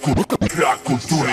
Brak kultury.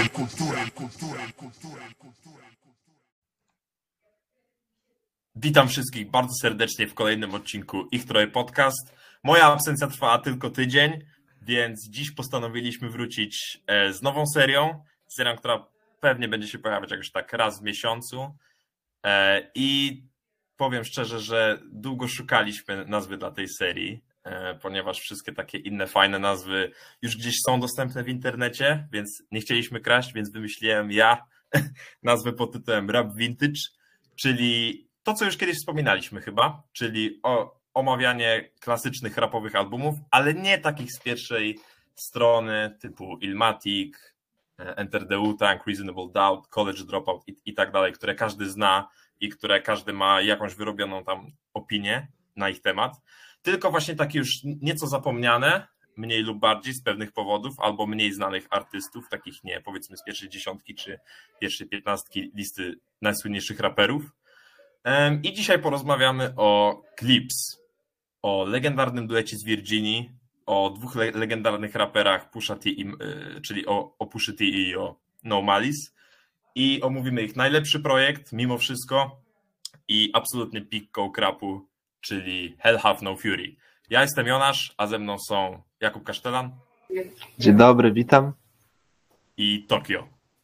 Witam wszystkich bardzo serdecznie w kolejnym odcinku Ich Troje Podcast. Moja absencja trwała tylko tydzień, więc dziś postanowiliśmy wrócić z nową serią, która pewnie będzie się pojawiać jakoś tak raz w miesiącu. I powiem szczerze, że długo szukaliśmy nazwy dla tej serii, ponieważ wszystkie takie inne fajne nazwy już gdzieś są dostępne w internecie, więc nie chcieliśmy kraść, więc wymyśliłem ja nazwę pod tytułem Rap Vintage, czyli to, co już kiedyś wspominaliśmy chyba, czyli omawianie klasycznych rapowych albumów, ale nie takich z pierwszej strony typu Illmatic, Enter the Wu-Tang, Reasonable Doubt, College Dropout i tak dalej, które każdy zna i które każdy ma jakąś wyrobioną tam opinię na ich temat, tylko właśnie takie już nieco zapomniane, mniej lub bardziej z pewnych powodów, albo mniej znanych artystów, takich nie, powiedzmy z pierwszej dziesiątki czy pierwszej 15 listy najsłynniejszych raperów. I dzisiaj porozmawiamy o Clipse, o legendarnym duecie z Virginii, o dwóch legendarnych raperach, czyli o Pusha T i o No Malice. I omówimy ich najlepszy projekt, mimo wszystko, i absolutny peak rapu, czyli Hell Have No Fury. Ja jestem Jonasz, a ze mną są Jakub Kasztelan. Dzień dobry, witam. I Tokio.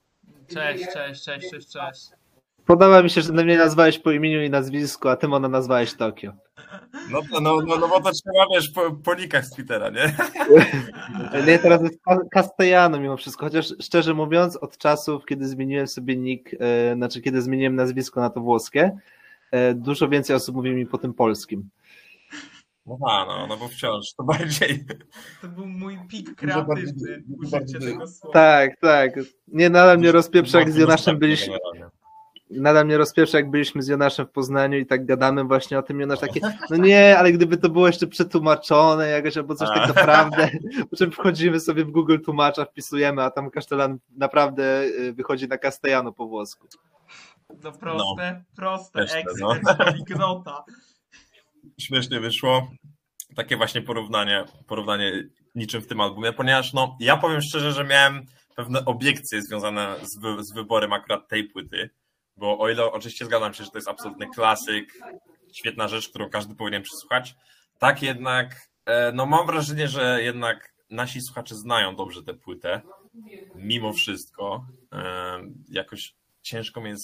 Cześć. Podoba mi się, że mnie nazwałeś po imieniu i nazwisku, a ty Mona nazwałeś Tokio. No bo to trzeba, wiesz, po nikach z Twittera, nie? Nie, teraz jest Castellano mimo wszystko, chociaż szczerze mówiąc, od czasów, kiedy zmieniłem sobie nick, kiedy zmieniłem nazwisko na to włoskie, dużo więcej osób mówi mi po tym polskim. No bo wciąż to bardziej... To był mój pik kreatywny, użycie tego słowa. Tak. Nie, nadal mnie rozpieprza, jak z Jonaszem byliśmy... Nadal mnie rozpieprza, jak byliśmy z Jonaszem w Poznaniu i tak gadamy właśnie o tym, Jonasz takie, no nie, ale gdyby to było jeszcze przetłumaczone jakoś, albo coś tak naprawdę, po czym wchodzimy sobie w Google tłumacza, wpisujemy, a tam Kasztelan naprawdę wychodzi na Castellano po włosku. No proste, no. ignota. Śmiesznie wyszło. Takie właśnie porównanie niczym w tym albumie, ponieważ ja powiem szczerze, że miałem pewne obiekcje związane z wyborem akurat tej płyty, bo o ile oczywiście zgadzam się, że to jest absolutny klasyk, świetna rzecz, którą każdy powinien przesłuchać, tak jednak mam wrażenie, że jednak nasi słuchacze znają dobrze tę płytę, mimo wszystko. Jakoś ciężko mi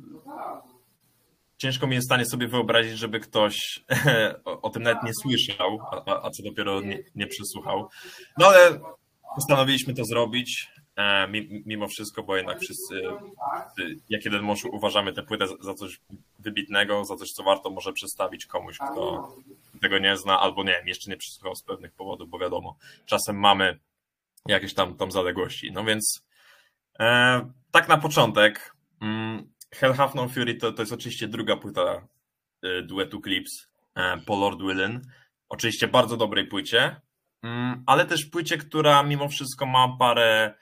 jest w stanie sobie wyobrazić, żeby ktoś o tym nawet nie słyszał, a co dopiero nie przesłuchał. No ale postanowiliśmy to zrobić mimo wszystko, bo jednak wszyscy jak jeden mąż uważamy tę płytę za coś wybitnego, za coś, co warto może przedstawić komuś, kto tego nie zna, albo nie wiem, jeszcze nie przesłuchał z pewnych powodów, bo wiadomo, czasem mamy jakieś tam zaległości. No więc tak na początek Hell Have No Fury to jest oczywiście druga płyta duetu Clipse po Lord Willin. Oczywiście bardzo dobrej płycie, ale też płycie, która mimo wszystko ma parę...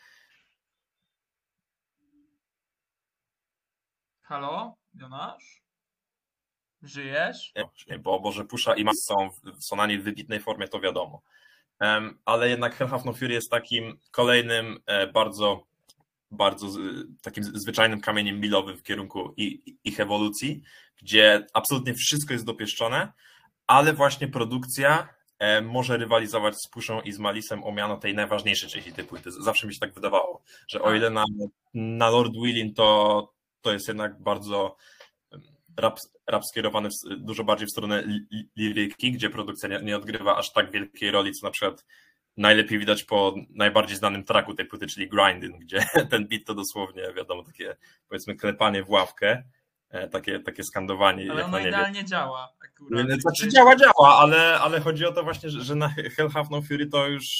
Halo, Jonasz? Żyjesz? Bo że Pusha i Mas są na niej w wybitnej formie, to wiadomo. Ale jednak Hell Have No Fury jest takim kolejnym bardzo takim zwyczajnym kamieniem milowym w kierunku ich ewolucji, gdzie absolutnie wszystko jest dopieszczone, ale właśnie produkcja może rywalizować z Pushą i z Malisem o miano tej najważniejszej części tej płyty. Zawsze mi się tak wydawało, że o ile na Lord Willin to jest jednak bardzo rap skierowany dużo bardziej w stronę liryki, gdzie produkcja nie odgrywa aż tak wielkiej roli, co na przykład najlepiej widać po najbardziej znanym tracku tej płyty, czyli Grinding, gdzie ten beat to dosłownie, wiadomo, takie powiedzmy klepanie w ławkę, takie skandowanie. Ale ono idealnie działa akurat. Znaczy działa, ale chodzi o to właśnie, że na Hell Have No Fury to już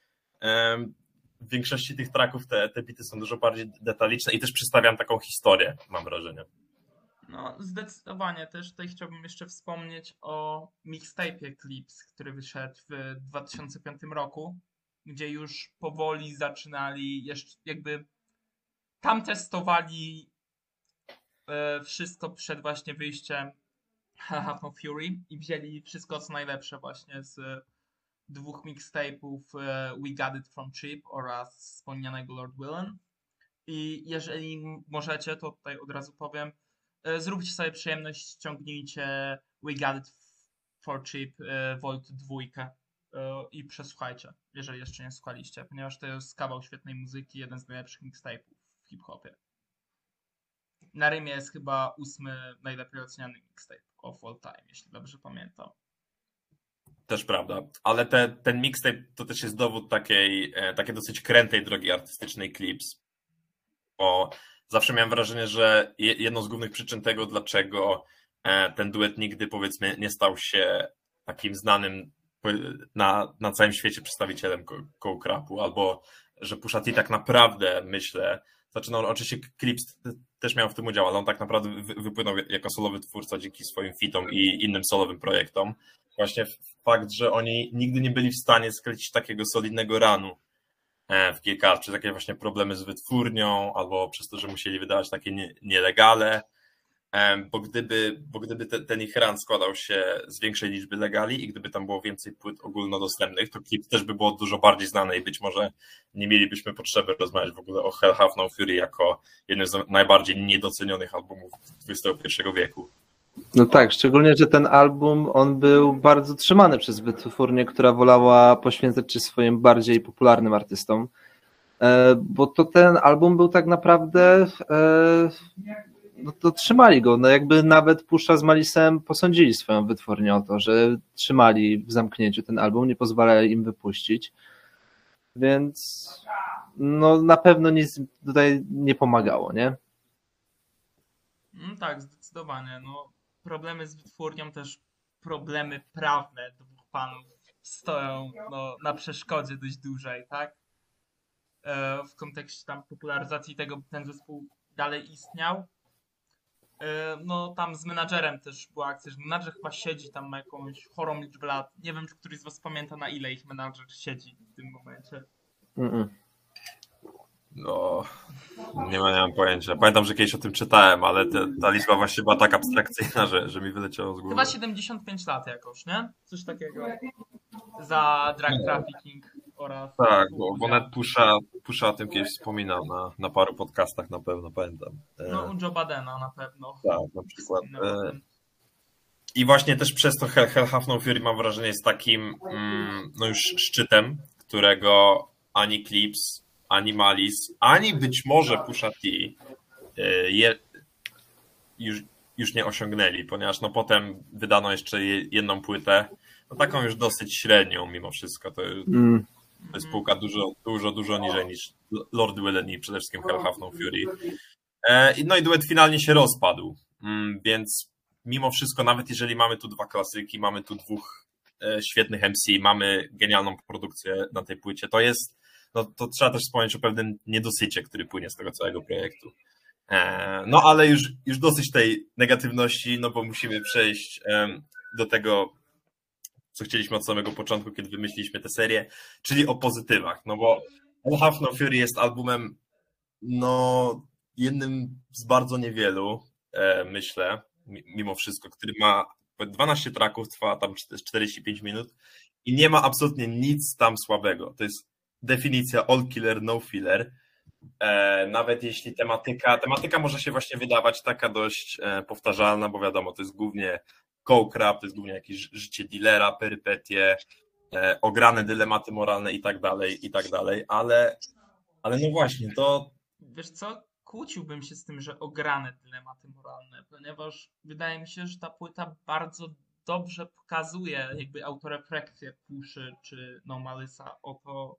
w większości tych tracków te beaty są dużo bardziej detaliczne i też przedstawiam taką historię, mam wrażenie. No zdecydowanie też tutaj chciałbym jeszcze wspomnieć o mixtape'ie Clipse, który wyszedł w 2005 roku, gdzie już powoli zaczynali jeszcze jakby tam testowali wszystko przed właśnie wyjściem Have No Fury i wzięli wszystko co najlepsze właśnie z 2 mixtape'ów We Got It From Cheap oraz wspomnianego Lord Willin. I jeżeli możecie, to tutaj od razu powiem, zróbcie sobie przyjemność, ściągnijcie We Got It For Cheap Volt 2 i przesłuchajcie, jeżeli jeszcze nie słuchaliście, ponieważ to jest kawał świetnej muzyki, jeden z najlepszych mixtape'ów w hip-hopie. Na Rymie jest chyba 8. najlepiej oceniany mixtape of all time, jeśli dobrze pamiętam. Też prawda, ale ten mixtape to też jest dowód takiej dosyć krętej drogi artystycznej Clipse, bo zawsze miałem wrażenie, że jedną z głównych przyczyn tego, dlaczego ten duet nigdy, powiedzmy, nie stał się takim znanym na całym świecie przedstawicielem coke rapu, albo że Pusha T tak naprawdę, myślę, oczywiście Clipse też miał w tym udział, ale on tak naprawdę wypłynął jako solowy twórca dzięki swoim fitom i innym solowym projektom. Właśnie fakt, że oni nigdy nie byli w stanie sklecić takiego solidnego runu w kilka lat, przez jakieś właśnie problemy z wytwórnią, albo przez to, że musieli wydawać takie nielegale, bo gdyby ten ich run składał się z większej liczby legali i gdyby tam było więcej płyt ogólnodostępnych, to Clip też by było dużo bardziej znane i być może nie mielibyśmy potrzeby rozmawiać w ogóle o Hell Have No Fury jako jednym z najbardziej niedocenionych albumów XXI wieku. No tak, szczególnie, że ten album, on był bardzo trzymany przez wytwórnię, która wolała poświęcać się swoim bardziej popularnym artystom, bo to ten album był tak naprawdę, no to trzymali go, no jakby nawet Pusha z Malisem posądzili swoją wytwórnię o to, że trzymali w zamknięciu ten album, nie pozwalali im wypuścić, więc no na pewno nic tutaj nie pomagało, nie? No tak, zdecydowanie, no problemy z wytwórnią, też problemy prawne dwóch panów stoją na przeszkodzie dość dużej, tak? W kontekście tam popularyzacji tego, by ten zespół dalej istniał. No tam z menadżerem też była akcja, że menadżer chyba siedzi tam, ma jakąś chorą liczbę lat. Nie wiem, czy któryś z was pamięta, na ile ich menadżer siedzi w tym momencie. No, nie mam pojęcia. Pamiętam, że kiedyś o tym czytałem, ale ta liczba właśnie była tak abstrakcyjna, że mi wyleciało z głowy. Chyba 75 lat jakoś, nie? Coś takiego. Za drug trafficking oraz... Tak, bo nawet Pusha o tym kiedyś wspominał na paru podcastach, na pewno, pamiętam. No, u Joe Badena na pewno. Tak, na przykład. I właśnie też przez to Hell Have No Fury, mam wrażenie, jest takim no już szczytem, którego ani Clipse, ani Malice, ani być może Pusha T już nie osiągnęli, ponieważ no potem wydano jeszcze jedną płytę, no taką już dosyć średnią mimo wszystko. To jest spółka dużo niżej niż Lord Willin i przede wszystkim Hell Have No Fury. No i duet finalnie się rozpadł, więc mimo wszystko, nawet jeżeli mamy tu dwa klasyki, mamy tu dwóch świetnych MC, mamy genialną produkcję na tej płycie, to trzeba też wspomnieć o pewnym niedosycie, który płynie z tego całego projektu. No ale już dosyć tej negatywności, no bo musimy przejść do tego, co chcieliśmy od samego początku, kiedy wymyśliliśmy tę serię, czyli o pozytywach, no bo Hell Have No Fury jest albumem, no jednym z bardzo niewielu, myślę, mimo wszystko, który ma 12 tracków, trwa tam 45 minut i nie ma absolutnie nic tam słabego. To jest definicja all killer, no filler. Nawet jeśli tematyka może się właśnie wydawać taka dość powtarzalna, bo wiadomo, to jest głównie coke rap, to jest głównie jakieś życie dealera, perypetie, ograne dylematy moralne i tak dalej, ale no właśnie, to... Wiesz co, kłóciłbym się z tym, że ograne dylematy moralne, ponieważ wydaje mi się, że ta płyta bardzo dobrze pokazuje jakby autorefleksję Puszy czy No Malisa o to,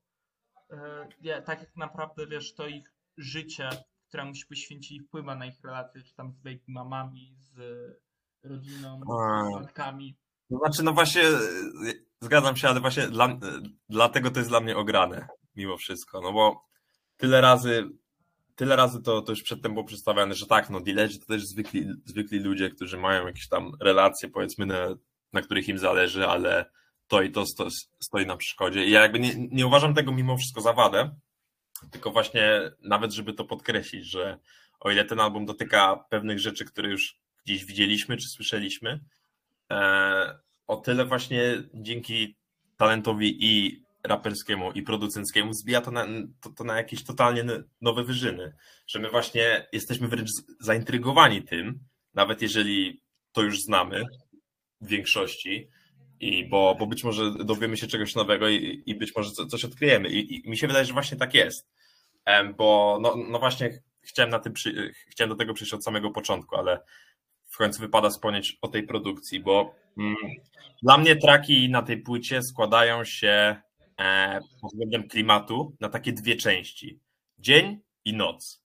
tak jak naprawdę, wiesz, to ich życie, któremu się poświęcili, wpływa na ich relacje, czy tam z baby mamami, z rodziną, z matkami. No znaczy, no właśnie, zgadzam się, ale właśnie dlatego to jest dla mnie ograne, mimo wszystko, no bo tyle razy to już przedtem było przedstawiane, że tak, no dealerzy to też zwykli ludzie, którzy mają jakieś tam relacje, powiedzmy, na których im zależy, ale to i to stoi na przeszkodzie. I ja jakby nie uważam tego mimo wszystko za wadę, tylko właśnie nawet, żeby to podkreślić, że o ile ten album dotyka pewnych rzeczy, które już gdzieś widzieliśmy czy słyszeliśmy, o tyle właśnie dzięki talentowi i raperskiemu i producenckiemu zbija to na jakieś totalnie nowe wyżyny, że my właśnie jesteśmy wręcz zaintrygowani tym, nawet jeżeli to już znamy w większości, bo być może dowiemy się czegoś nowego i być może coś odkryjemy i mi się wydaje, że właśnie tak jest, bo no właśnie chciałem do tego przyjść od samego początku, ale w końcu wypada wspomnieć o tej produkcji, bo dla mnie traki na tej płycie składają się pod względem klimatu na takie dwie części. Dzień i noc.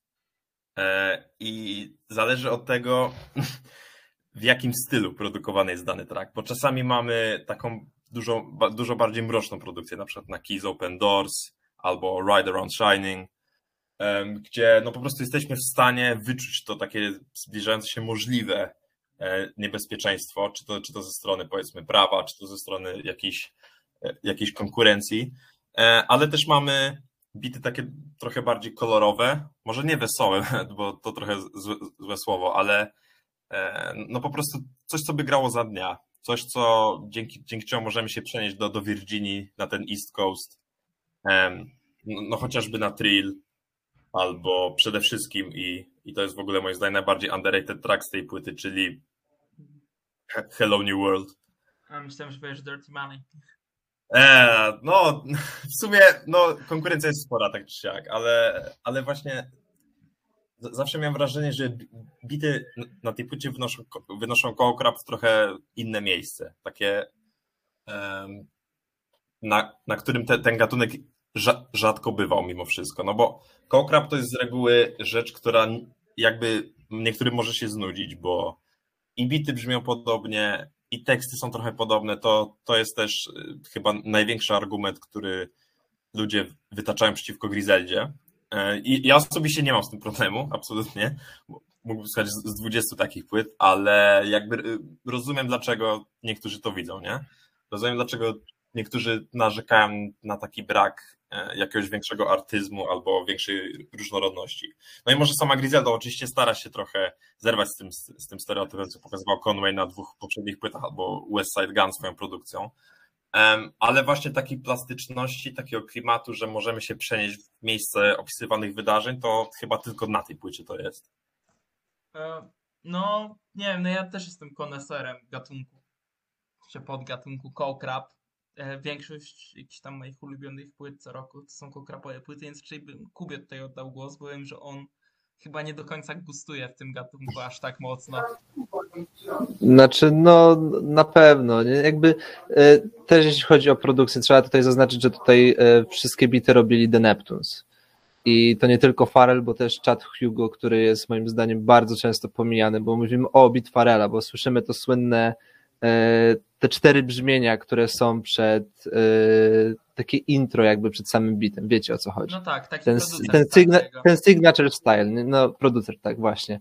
I zależy od tego, w jakim stylu produkowany jest dany track, bo czasami mamy taką dużo bardziej mroczną produkcję, na przykład na Keys Open Doors albo Ride Around Shining, gdzie no po prostu jesteśmy w stanie wyczuć to takie zbliżające się możliwe niebezpieczeństwo, czy to ze strony powiedzmy prawa, czy to ze strony jakiejś konkurencji, ale też mamy bity takie trochę bardziej kolorowe, może nie wesołe, bo to trochę złe słowo, ale no po prostu coś, co by grało za dnia, coś, co dzięki czemu możemy się przenieść do Virginii, na ten East Coast, no chociażby na Trill, albo przede wszystkim i to jest w ogóle moim zdaniem najbardziej underrated track z tej płyty, czyli Hello New World. A myślałem, że powiesz Dirty Money. No w sumie no, konkurencja jest spora tak czy siak, ale właśnie zawsze miałem wrażenie, że bity na tej płycie wynoszą Coke Rap w trochę inne miejsce, takie na którym ten gatunek rzadko bywał mimo wszystko, no bo Coke Rap to jest z reguły rzecz, która jakby niektórym może się znudzić, bo i bity brzmią podobnie, i teksty są trochę podobne, to jest też chyba największy argument, który ludzie wytaczają przeciwko Griseldzie. I ja osobiście nie mam z tym problemu, absolutnie. Mógłbym słuchać z 20 takich płyt, ale jakby rozumiem, dlaczego niektórzy to widzą, nie? Rozumiem, dlaczego niektórzy narzekają na taki brak jakiegoś większego artyzmu albo większej różnorodności. No i może sama Griselda oczywiście stara się trochę zerwać z tym stereotypem, co pokazywał Conway na 2 poprzednich płytach, albo West Side Gun swoją produkcją. Ale właśnie takiej plastyczności, takiego klimatu, że możemy się przenieść w miejsce opisywanych wydarzeń, to chyba tylko na tej płycie to jest. No, nie wiem, no ja też jestem koneserem gatunku, czy podgatunku Coke Rap. Większość jakichś tam moich ulubionych płyt co roku to są Coke Rapowe płyty, więc raczej bym Kubie tutaj oddał głos, bo wiem, że on chyba nie do końca gustuje w tym gatunku aż tak mocno. Znaczy, no na pewno, nie? Jakby też jeśli chodzi o produkcję, trzeba tutaj zaznaczyć, że tutaj wszystkie bity robili The Neptunes. I to nie tylko Pharrell, bo też Chad Hugo, który jest moim zdaniem bardzo często pomijany, bo mówimy o beat Pharrella, bo słyszymy to słynne te 4 brzmienia, które są przed takie intro jakby przed samym beatem, wiecie o co chodzi. No tak, taki ten signature style, no producer, tak właśnie.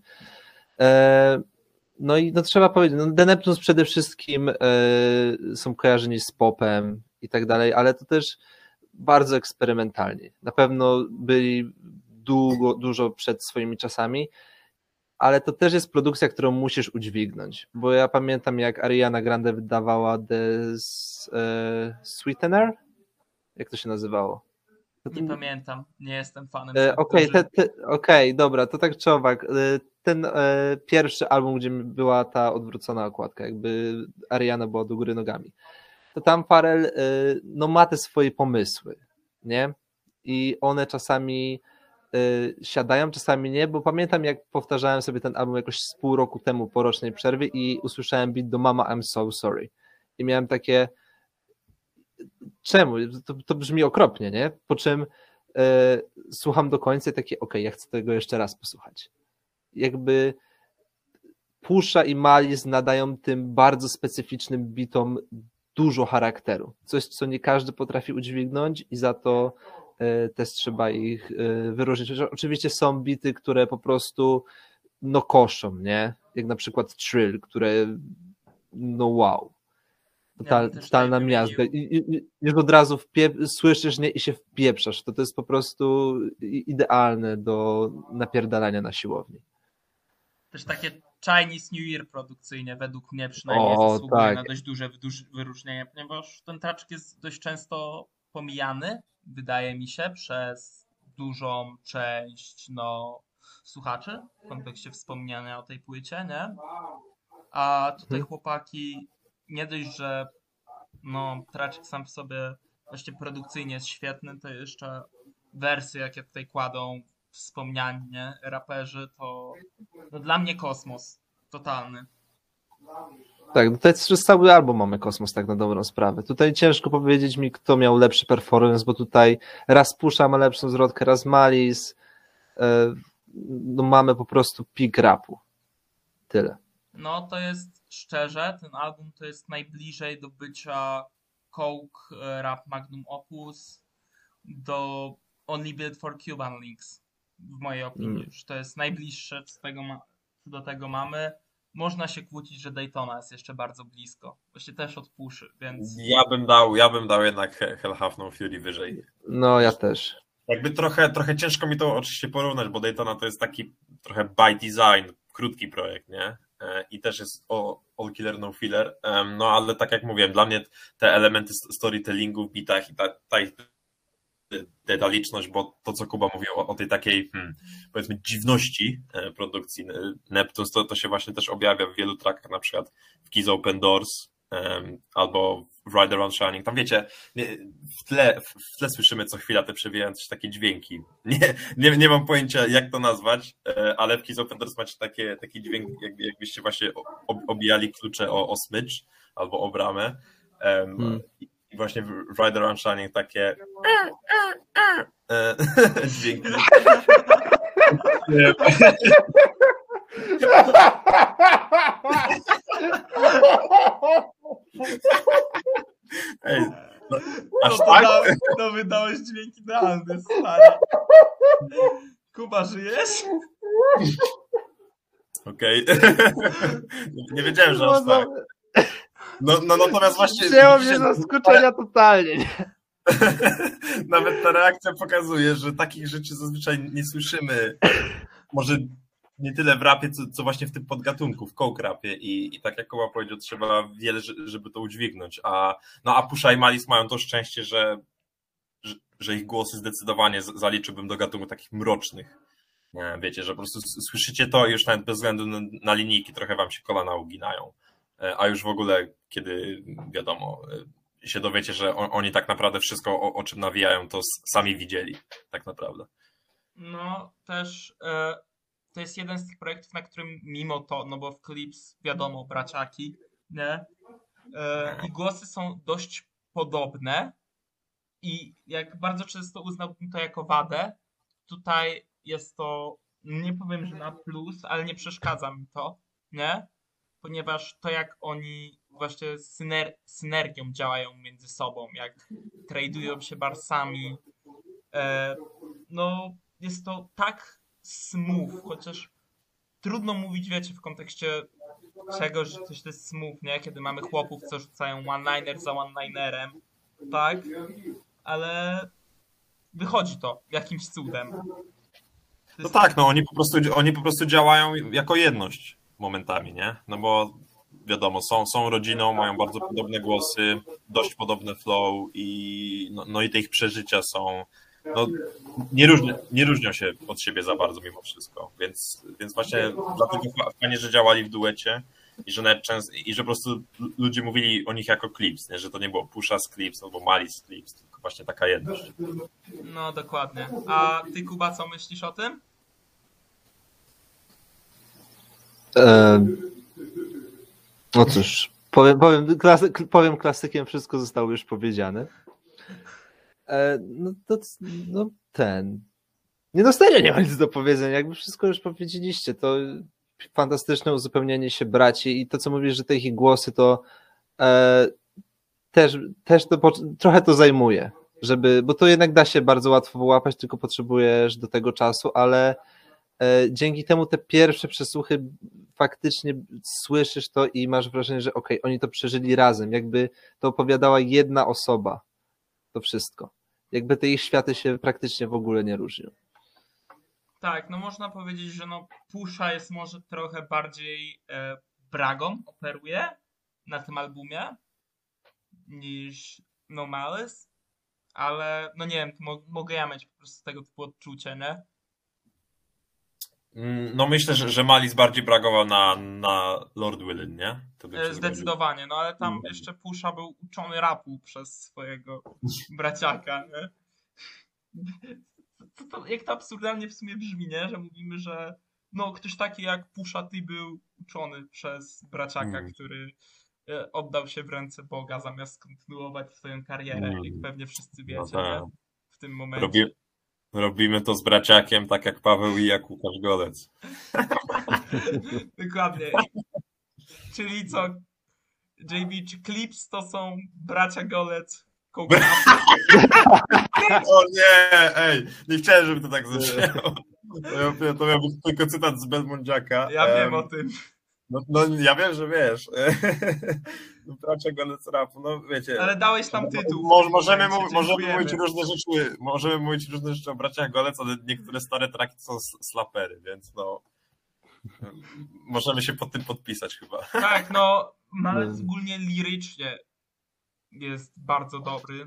No i no trzeba powiedzieć, no The Neptunes przede wszystkim są kojarzeni z popem i tak dalej, ale to też bardzo eksperymentalnie. Na pewno byli dużo przed swoimi czasami, ale to też jest produkcja, którą musisz udźwignąć, bo ja pamiętam, jak Ariana Grande wydawała The Sweetener? Jak to się nazywało? Nie pamiętam, nie jestem fanem. Okej, dobra, to tak czy owak. Ten pierwszy album, gdzie była ta odwrócona okładka, jakby Ariana była do góry nogami, to tam Pharrell no, ma te swoje pomysły, nie? I one czasami siadają, czasami nie, bo pamiętam, jak powtarzałem sobie ten album jakoś z pół roku temu po rocznej przerwie i usłyszałem beat do Mama I'm So Sorry i miałem takie czemu? To brzmi okropnie, nie? Po czym słucham do końca i takie ja chcę tego jeszcze raz posłuchać. Jakby Pusha i Malice nadają tym bardzo specyficznym bitom dużo charakteru. Coś, co nie każdy potrafi udźwignąć i za to też trzeba ich wyróżnić. Oczywiście są bity, które po prostu no koszą, nie? Jak na przykład Trill, które no wow. Totalna miazga. I już od razu słyszysz, nie? I się wpieprzasz. To jest po prostu idealne do napierdalania na siłowni. Też takie Chinese New Year produkcyjnie, według mnie przynajmniej zasługuje na dość duże wyróżnienie, ponieważ ten traczek jest dość często pomijany, wydaje mi się, przez dużą część słuchaczy w kontekście wspomniania o tej płycie, nie? A tutaj chłopaki nie dość, że traczek sam w sobie właśnie produkcyjnie jest świetny, to jeszcze wersy, jakie tutaj kładą wspomniani raperzy, to dla mnie kosmos totalny. Tak, tutaj przez cały album mamy kosmos, tak na dobrą sprawę. Tutaj ciężko powiedzieć mi, kto miał lepszy performance, bo tutaj raz Pusha ma lepszą zwrotkę, raz Malice. Mamy po prostu peak rapu. Tyle. To jest szczerze, ten album to jest najbliżej do bycia Coke Rap Magnum Opus do Only Built for Cuban Links, w mojej opinii. To jest najbliższe, co do tego mamy. Można się kłócić, że Daytona jest jeszcze bardzo blisko. Właśnie też od Puszy, więc... Ja bym dał jednak Hell Have No Fury wyżej. No, ja też. Jakby trochę ciężko mi to oczywiście porównać, bo Daytona to jest taki trochę by design, krótki projekt, nie? I też jest all killer, no filler. Ale tak jak mówiłem, dla mnie te elementy storytellingu w bitach i ta detaliczność, bo to, co Kuba mówił o tej takiej, powiedzmy, dziwności produkcji Neptunes, to się właśnie też objawia w wielu trackach, na przykład w Keys Open Doors albo w Ride Around Shining. Tam wiecie, w tle słyszymy co chwila te przewijające się takie dźwięki. Nie mam pojęcia, jak to nazwać, ale w Keys Open Doors macie taki dźwięk, jakbyście właśnie obijali klucze o smycz albo o bramę. I właśnie w Ride Around Shining takie dźwięki. Ej, wydałeś dźwięk idealny, stary. Kuba, żyjesz? Okej. Nie wiedziałem, że aż tak. Natomiast właśnie... Wzięło mnie zaskoczenia totalnie. Nawet ta reakcja pokazuje, że takich rzeczy zazwyczaj nie słyszymy. Może nie tyle w rapie, co właśnie w tym podgatunku, w coke rapie i tak jak Kuba powiedział, trzeba wiele, żeby to udźwignąć. A Pusha i Malice mają to szczęście, że ich głosy zdecydowanie zaliczyłbym do gatunku takich mrocznych. Wiecie, że po prostu słyszycie to i już nawet bez względu na linijki trochę wam się kolana uginają. A już w ogóle, kiedy wiadomo, się dowiecie, że oni tak naprawdę wszystko, o czym nawijają, to sami widzieli, tak naprawdę. Też to jest jeden z tych projektów, na którym mimo to, bo w Clips wiadomo, braciaki, nie? I głosy są dość podobne i jak bardzo często uznałbym to jako wadę, tutaj jest to, nie powiem, że na plus, ale nie przeszkadza mi to, nie? Ponieważ to jak oni właśnie synergią działają między sobą, jak tradują się barsami, jest to tak smooth, chociaż trudno mówić, wiecie, w kontekście czegoś, że coś to jest smooth, nie? Kiedy mamy chłopów, co rzucają one-liner za one-linerem, tak? Ale wychodzi to jakimś cudem. Oni po prostu działają jako jedność momentami, nie? Bo wiadomo, są rodziną, mają bardzo podobne głosy, dość podobne flow i te ich przeżycia są nie różnią się od siebie za bardzo mimo wszystko, więc właśnie dlatego fajnie, że działali w duecie i że po prostu ludzie mówili o nich jako Clips, nie? Że to nie było Pusha z Clips albo Malice z Clips, tylko właśnie taka jedność. No dokładnie. A ty, Kuba, co myślisz o tym? No cóż, powiem klasykiem, wszystko zostało już powiedziane. Nie ma nic do powiedzenia, jakby wszystko już powiedzieliście, to fantastyczne uzupełnienie się braci i to, co mówisz, że te ich głosy, to też to trochę to zajmuje, bo to jednak da się bardzo łatwo wyłapać, tylko potrzebujesz do tego czasu, ale dzięki temu te pierwsze przesłuchy faktycznie słyszysz to i masz wrażenie, że okej, oni to przeżyli razem, jakby to opowiadała jedna osoba, to wszystko. Jakby te ich światy się praktycznie w ogóle nie różnią. Tak, no można powiedzieć, że no Pusha jest może trochę bardziej bragą, operuje na tym albumie niż No Malice, ale no nie wiem, mogę ja mieć po prostu tego typu odczucie, nie? No myślę, że Malice bardziej bragował na Lord Willin, nie? To by się Zdecydowanie, no ale tam jeszcze Pusha był uczony rapu przez swojego braciaka, nie? Jak to absurdalnie w sumie brzmi, nie? Że mówimy, że no ktoś taki jak Pusha T był uczony przez braciaka, który oddał się w ręce Boga zamiast kontynuować swoją karierę, jak pewnie wszyscy wiecie, nie? W tym momencie. Robimy to z braciakiem, tak jak Paweł i jak Łukasz Golec. Dokładnie. Czyli co? JB, czy Clips to są bracia Golec? O nie, ej, nie chciałem, żeby to tak zabrzmiało. To miał być tylko cytat z Belmondziaka. Ja wiem o tym. No ja wiem, że wiesz. Bracia Golec rapu, no wiecie. Ale dałeś tam tytuł. Możemy mówić różne rzeczy o braciach Golec, ale niektóre stare traki to są slapery, więc no możemy się pod tym podpisać chyba. Tak, no Malec ogólnie lirycznie jest bardzo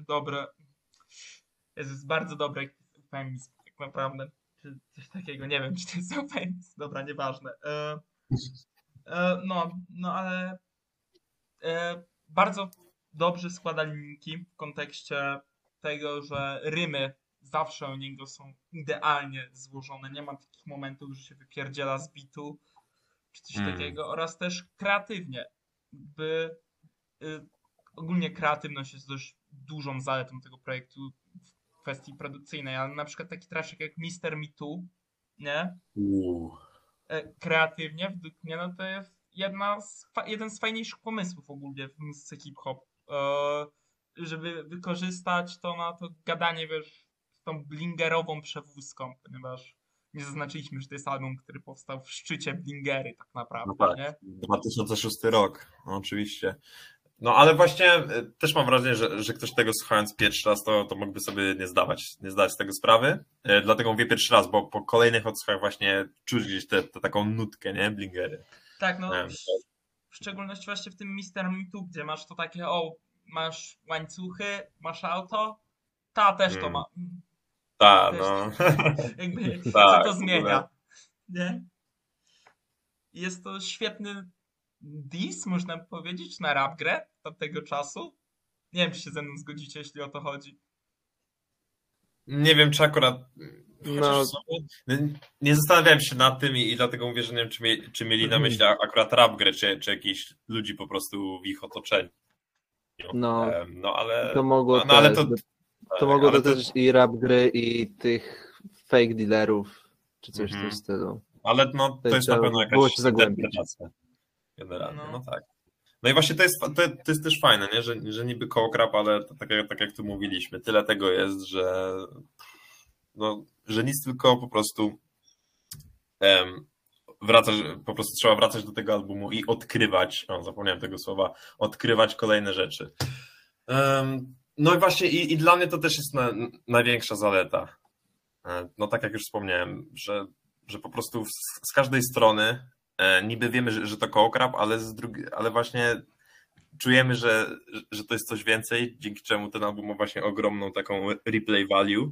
jest bardzo dobry eufemizm, tak naprawdę. Czy coś takiego, nie wiem, czy to jest eufemizm. Dobra, nieważne. No ale bardzo dobrze składa linijki w kontekście tego, że rymy zawsze u niego są idealnie złożone. Nie ma takich momentów, że się wypierdziela z bitu, czy coś takiego. Oraz też kreatywnie. Ogólnie kreatywność jest dość dużą zaletą tego projektu w kwestii produkcyjnej, ale na przykład taki traszek jak Mr. Me Too, nie? Kreatywnie, według mnie, no to jest jeden z fajniejszych pomysłów ogólnie w muzyce hip-hop. Żeby wykorzystać to na to gadanie, wiesz, z tą blingerową przewózką, ponieważ nie zaznaczyliśmy, że to jest album, który powstał w szczycie blingery tak naprawdę, no tak, nie? 2006 rok, no, oczywiście. No ale właśnie też mam wrażenie, że ktoś tego słuchając pierwszy raz, to mógłby sobie nie zdawać z tego sprawy. Dlatego mówię pierwszy raz, bo po kolejnych odsłuchach właśnie czuć gdzieś tę taką nutkę, nie? Blingery. Tak, no w szczególności właśnie w tym Mr. Me Too, gdzie masz to takie, masz łańcuchy, masz auto, ta też to ma. Tak, no. Jakby co to zmienia, nie? Jest to świetny diss, można powiedzieć, na rap grę tamtego czasu. Nie wiem, czy się ze mną zgodzicie, jeśli o to chodzi. Nie wiem, czy akurat... Nie zastanawiałem się nad tym i dlatego mówię, że nie wiem, czy mieli na myśli akurat rap grę, czy jakichś ludzi po prostu w ich otoczeniu. Ale... To mogło mogło dotyczyć i rap gry, i tych fake dealerów, czy coś w tym stylu. Ale no, to jest na pewno jakaś interpretacja. Generalnie, no tak. No i właśnie to jest też fajne, nie? Że niby koło krap, ale to tak jak tu mówiliśmy, tyle tego jest, że nic, tylko po prostu trzeba wracać do tego albumu i odkrywać, zapomniałem tego słowa, odkrywać kolejne rzeczy. No i właśnie i dla mnie to też jest największa zaleta. No tak jak już wspomniałem, że po prostu z każdej strony niby wiemy, że to kołkrap, ale właśnie czujemy, że to jest coś więcej, dzięki czemu ten album ma właśnie ogromną taką replay value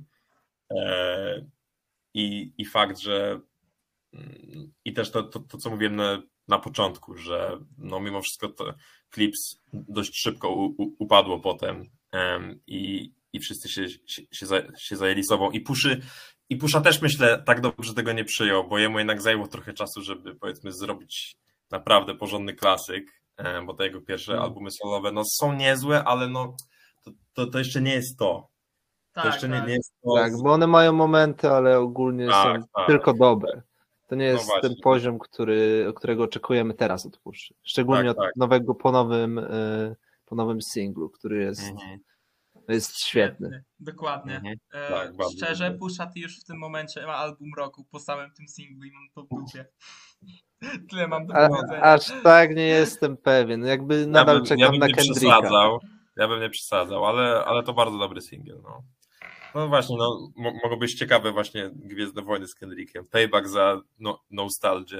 i fakt, że i też to co mówiłem na początku, że no mimo wszystko to Clips dość szybko upadło potem i wszyscy się zajęli sobą i Pusha też, myślę, tak dobrze tego nie przyjął, bo jemu jednak zajęło trochę czasu, żeby, powiedzmy, zrobić naprawdę porządny klasyk, bo te jego pierwsze albumy solowe no, są niezłe, ale no, to jeszcze nie jest to. To jeszcze nie jest to. Tak, bo one mają momenty, ale ogólnie są tylko dobre. To nie jest ten poziom, którego oczekujemy teraz od Puszy. Szczególnie od nowego po nowym singlu, który jest świetny. Dokładnie. Szczerze, Pusha T już w tym momencie ma album roku po samym tym singlu i mam to w dupie. Tyle mam do powiedzenia. Aż tak nie jestem pewien. Jakby nadal czekam na Kendricka. Ja bym nie przesadzał, ale to bardzo dobry singiel. No. No właśnie, no mogą być ciekawe właśnie Gwiezdne Wojny z Kendrickiem. Payback za nostalgię.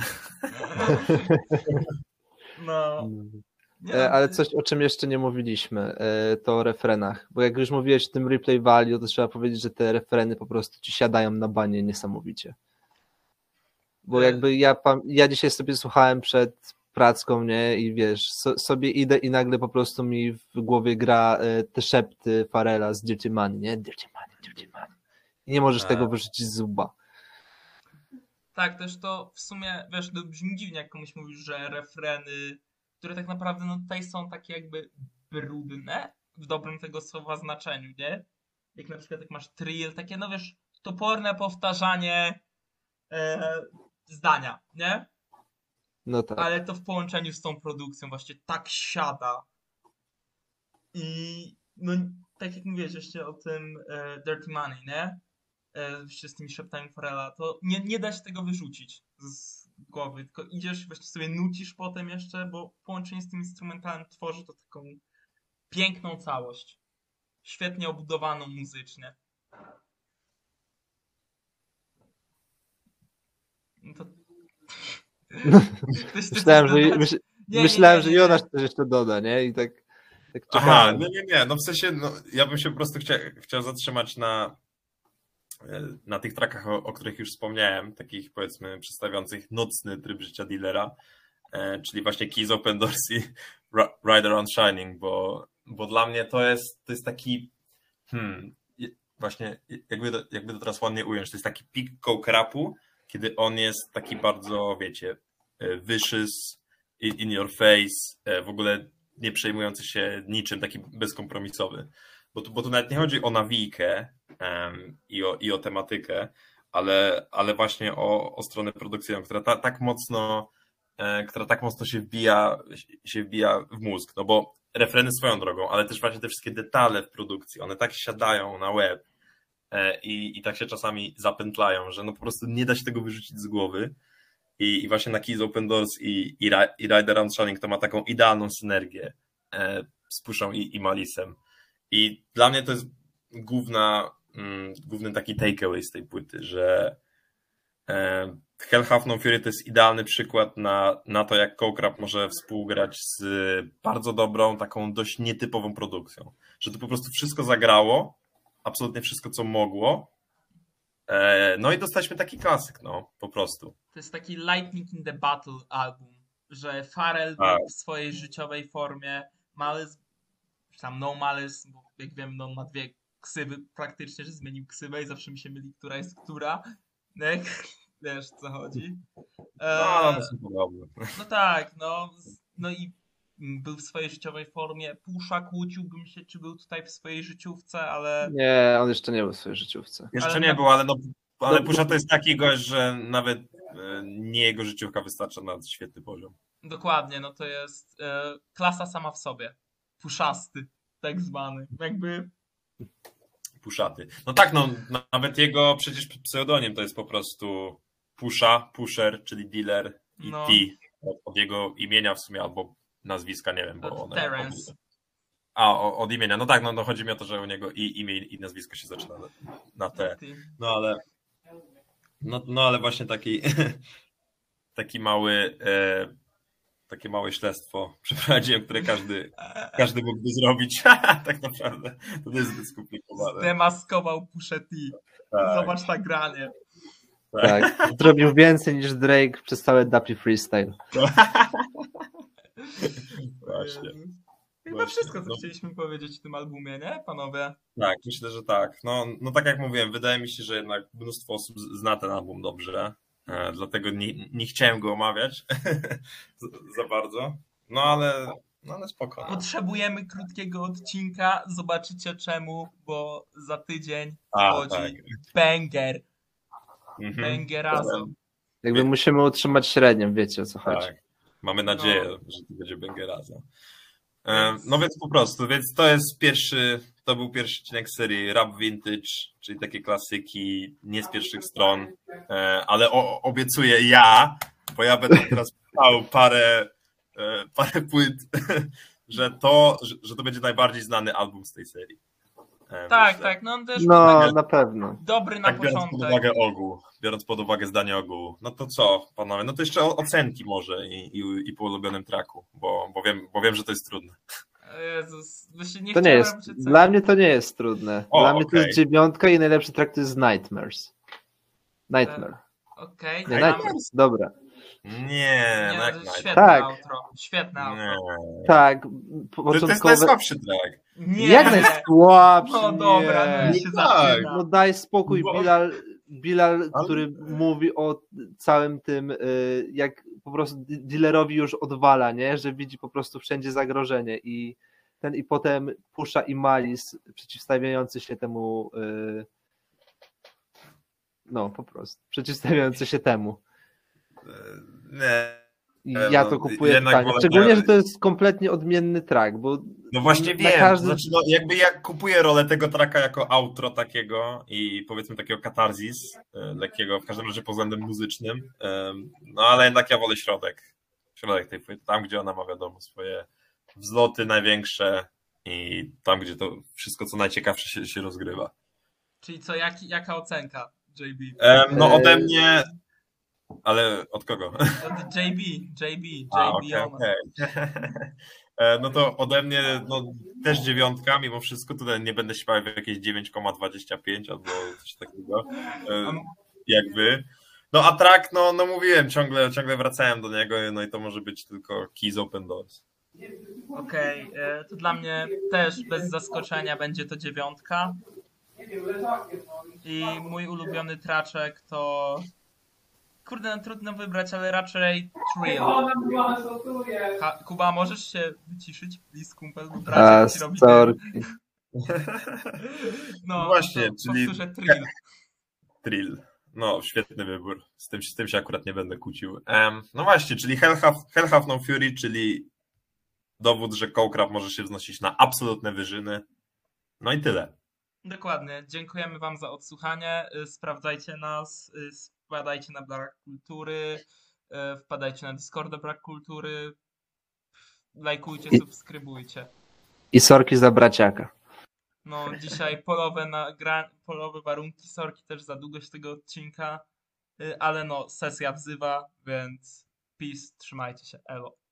No. Ale coś, o czym jeszcze nie mówiliśmy, to o refrenach. Bo jak już mówiłeś o tym replay value, to trzeba powiedzieć, że te refreny po prostu ci siadają na banie niesamowicie. Bo jakby ja dzisiaj sobie słuchałem przed pracką, nie? I wiesz, sobie idę i nagle po prostu mi w głowie gra te szepty Pharrella z Dirty Money, nie? Dirty Money, Dirty Money. I nie możesz tego wyrzucić z łba. Tak, też to w sumie, wiesz, to brzmi dziwnie, jak komuś mówisz, że refreny, które tak naprawdę no tutaj są takie jakby brudne, w dobrym tego słowa znaczeniu, nie? Jak na przykład jak masz trill, takie no wiesz, toporne powtarzanie zdania, nie? No tak. Ale to w połączeniu z tą produkcją właśnie tak siada. I no tak jak mówiłeś jeszcze o tym Dirty Money, nie? Jeszcze z tymi szeptami Pharrella, to nie da się tego wyrzucić z głowy, tylko idziesz, właśnie sobie nucisz potem jeszcze, bo połączenie z tym instrumentalem tworzy to taką piękną całość. Świetnie obudowaną muzycznie. No to... Myślałem, że Jonasz też jeszcze doda, nie? I tak Aha, nie. No w sensie, no, ja bym się po prostu chciał zatrzymać na tych trackach, o których już wspomniałem, takich powiedzmy przedstawiających nocny tryb życia dealera, czyli właśnie Keys, Open Doors i Ride Around Shining, bo dla mnie to jest taki właśnie jakby to teraz ładnie ująć, to jest taki peak coke rapu, kiedy on jest taki bardzo, wiecie, vicious, in your face, w ogóle nie przejmujący się niczym, taki bezkompromisowy. Bo tu nawet nie chodzi o nawijkę i o tematykę, ale właśnie o stronę produkcyjną, która tak mocno się wbija w mózg. No bo refreny swoją drogą, ale też właśnie te wszystkie detale w produkcji, one tak siadają na łeb i tak się czasami zapętlają, że no po prostu nie da się tego wyrzucić z głowy. I właśnie na Keys, Open Doors i Ride Around Shining to ma taką idealną synergię z Pushą i Malisem. I dla mnie to jest główny taki takeaway z tej płyty, że Hell Have No Fury to jest idealny przykład na to, jak Coke Rap może współgrać z bardzo dobrą, taką dość nietypową produkcją. Że tu po prostu wszystko zagrało, absolutnie wszystko, co mogło. No i dostaliśmy taki klasyk, no, po prostu. To jest taki Lightning in the Battle album, że Pharrell był w swojej życiowej formie, Malice, tam No Malice, bo jak wiem, no ma dwie ksywy praktycznie, że zmienił ksywę i zawsze mi się myli, która jest która. Wiesz, co chodzi. No tak, no i był w swojej życiowej formie. Pusha, kłóciłbym się, czy był tutaj w swojej życiówce, ale... Nie, on jeszcze nie był w swojej życiówce. Jeszcze nie był, ale Pusha to jest taki gość, że nawet nie jego życiówka wystarcza na świetny poziom. Dokładnie, no to jest klasa sama w sobie. Puszasty, tak zwany. Jakby... Puszaty. No tak, no nawet jego przecież pseudonim to jest po prostu Pusha, Pusher, czyli dealer i T. Od jego imienia w sumie, albo nazwiska, nie wiem, bo one... Terence. Od imienia. No tak, no chodzi mi o to, że u niego i imię i nazwisko się zaczyna na T. No ale właśnie taki mały takie małe śledztwo przeprowadziłem, które każdy mógłby zrobić. Tak naprawdę. To jest zbyt skomplikowane. Zdemaskował Pusha T. Tak. Zobacz nagranie. Tak. Zrobił więcej niż Drake przez całe Dappy Freestyle. Właśnie. Chyba wszystko, co chcieliśmy powiedzieć w tym albumie, nie, panowie? Tak, myślę, że tak. No tak jak mówiłem, wydaje mi się, że jednak mnóstwo osób zna ten album dobrze. Dlatego nie chciałem go omawiać za bardzo. No ale spoko. Potrzebujemy krótkiego odcinka. Zobaczycie czemu, bo za tydzień wchodzi banger. Bangerazo. Jakby musimy utrzymać średnią, wiecie o co chodzi. Tak. Mamy nadzieję, że to będzie bangerazo. No więc po prostu, to był pierwszy odcinek serii Rap Vintage, czyli takie klasyki nie z pierwszych stron, ale obiecuję bo ja będę teraz pisał parę płyt, że to będzie najbardziej znany album z tej serii. Tak, myślę. tak, no on też był No, taki na pewno. dobry na Tak biorąc pod początek. uwagę ogół, biorąc pod uwagę zdanie ogółu, no to co, panowie, no to jeszcze ocenki może i po ulubionym tracku, bo wiem, że to jest trudne. Jezus, właśnie nie To nie chciałem jest. robić oceny. Dla mnie to nie jest trudne. O, Dla mnie to okej. jest 9 i najlepszy track to jest Nightmares. Nightmare. Okej, Nie, dam- Nightmares. Dobra. Nie, Nie, no no jak to jest Night. świetne Tak. outro. Świetne outro. Nie. Tak. To jest Początkowe... najsłabszy track. Nie, Jak najsłabszy? no dobra, no nie. i się Tak. zaczyna. No daj spokój, Bo- Bilal, Ale- który mówi o całym tym, jak po prostu dealerowi już odwala, nie? Że widzi po prostu wszędzie zagrożenie i potem Pusha i Malice przeciwstawiający się temu, no po prostu, przeciwstawiający się temu. Nie. I ja No, to kupuję jednak totalnie. wolę Szczególnie, te- że to jest kompletnie odmienny track, bo No właśnie na wiem, każdym- to znaczy no jakby ja kupuję rolę tego tracka jako outro takiego i powiedzmy takiego katarzis lekkiego, w każdym razie pod względem muzycznym, no ale jednak ja wolę środek tej płyty, tam gdzie ona ma wiadomo swoje wzloty największe i tam gdzie to wszystko co najciekawsze się rozgrywa. Czyli co, jaka ocenka, JB? No ode mnie, ale od kogo? Od JB A, Ono. okej. No to ode mnie no, też 9, mimo wszystko tutaj nie będę śpiewał w jakieś 9,25 albo coś takiego. Jakby. No a track, no mówiłem, ciągle wracałem do niego, no i to może być tylko Keys Open Doors. Okej, to dla mnie też bez zaskoczenia będzie to 9. I mój ulubiony traczek to... Kurde, no trudno wybrać, ale raczej Thrill. Kuba, możesz się wyciszyć, please, kumpel, bo brat ci robi sorry. No Właśnie, to czyli- powtórzę Thrill. Thrill. No, świetny wybór. Z tym się akurat nie będę kłócił. No właśnie, czyli Hell Have No Fury, czyli dowód, że Coke może się wznosić na absolutne wyżyny. No i tyle. Dokładnie. Dziękujemy wam za odsłuchanie. Sprawdzajcie nas, wpadajcie na Brak Kultury, wpadajcie na Discorda Brak Kultury, lajkujcie, subskrybujcie. I sorki za braciaka. No, dzisiaj polowe warunki, sorki też za długość tego odcinka, ale no, sesja wzywa, więc peace, trzymajcie się, elo.